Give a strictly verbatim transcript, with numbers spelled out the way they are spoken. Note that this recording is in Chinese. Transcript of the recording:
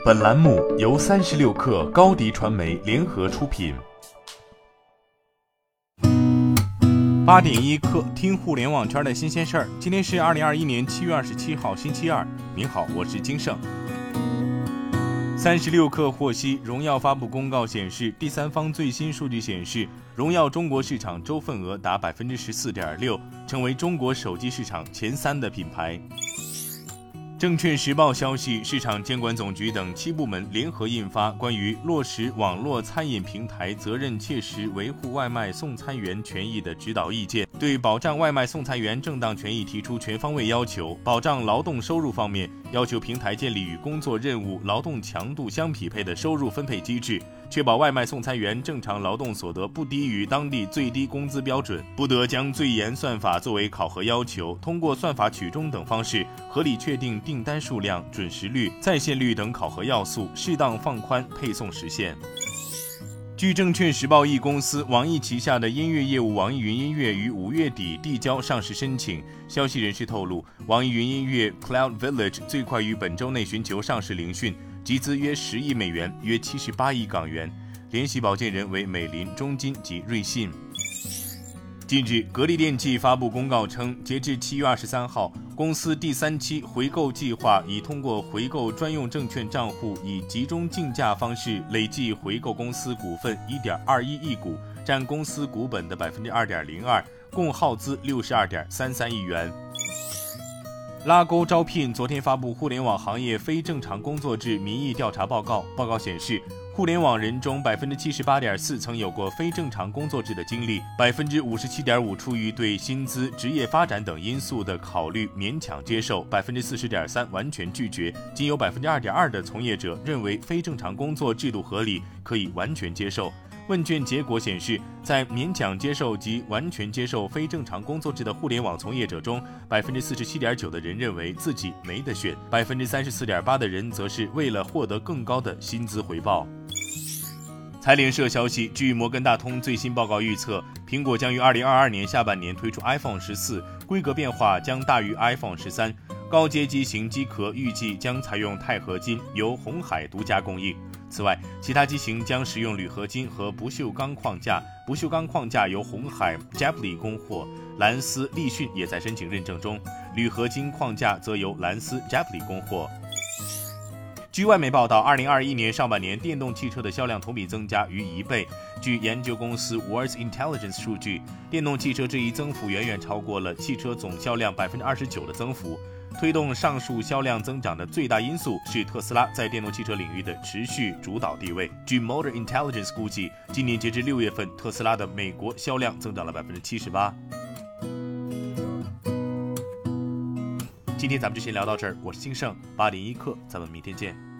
本栏目由三十六氪高迪传媒联合出品。 八点一刻，听互联网圈的新鲜事儿。今天是二零二一年七月二十七号，星期二。您好，我是金盛。三十六氪获悉，荣耀发布公告显示，第三方最新数据显示，荣耀中国市场周份额达百分之十四点六，成为中国手机市场前三的品牌。证券时报消息，市场监管总局等七部门联合印发关于落实网络餐饮平台责任切实维护外卖送餐员权益的指导意见，对保障外卖送餐员正当权益提出全方位要求。保障劳动收入方面，要求平台建立与工作任务、劳动强度相匹配的收入分配机制，确保外卖送餐员正常劳动所得不低于当地最低工资标准，不得将最严算法作为考核要求，通过算法取中等方式合理确定订单数量、准时率、在线率等考核要素，适当放宽配送时限。据证券时报 E 公司，网易旗下的音乐业务网易云音乐于五月底递交上市申请。消息人士透露，网易云音乐 Cloud Village 最快于本周内寻求上市聆讯，集资约十亿美元，约七十八亿港元。联席保荐人为美林、中金及瑞信。近日，格力电器发布公告称，截至七月二十三号，公司第三期回购计划已通过回购专用证券账户，以集中竞价方式累计回购公司股份 一点二一亿股，占公司股本的 百分之二点零二， 共耗资 六十二点三三亿元。拉钩招聘昨天发布互联网行业非正常工作制民意调查报告，报告显示，互联网人中 百分之七十八点四 曾有过非正常工作制的经历， 百分之五十七点五 出于对薪资、职业发展等因素的考虑勉强接受， 百分之四十点三 完全拒绝，仅有 百分之二点二 的从业者认为非正常工作制度合理，可以完全接受。问卷结果显示，在勉强接受及完全接受非正常工作制的互联网从业者中， 百分之四十七点九 的人认为自己没得选， 百分之三十四点八 的人则是为了获得更高的薪资回报。财联社消息，据摩根大通最新报告预测，苹果将于二零二二年下半年推出 iPhone 十四，规格变化将大于 iPhone 十三，高阶机型机壳预计将采用钛合金，由鸿海独家供应。此外，其他机型将使用铝合金和不锈钢框架，不锈钢框架由鸿海 Jabley 供货，蓝思立讯也在申请认证中，铝合金框架则由蓝思 Jabley 供货。据外媒报道，二零二一年上半年电动汽车的销量同比增加逾一倍。据研究公司 Words Intelligence 数据，电动汽车这一增幅远远超过了汽车总销量 百分之二十九 的增幅。推动上述销量增长的最大因素是特斯拉在电动汽车领域的持续主导地位。据 Motor Intelligence 估计，今年截至六月份，特斯拉的美国销量增长了 百分之七十八。今天咱们就先聊到这儿，我是金盛，八点一刻，咱们明天见。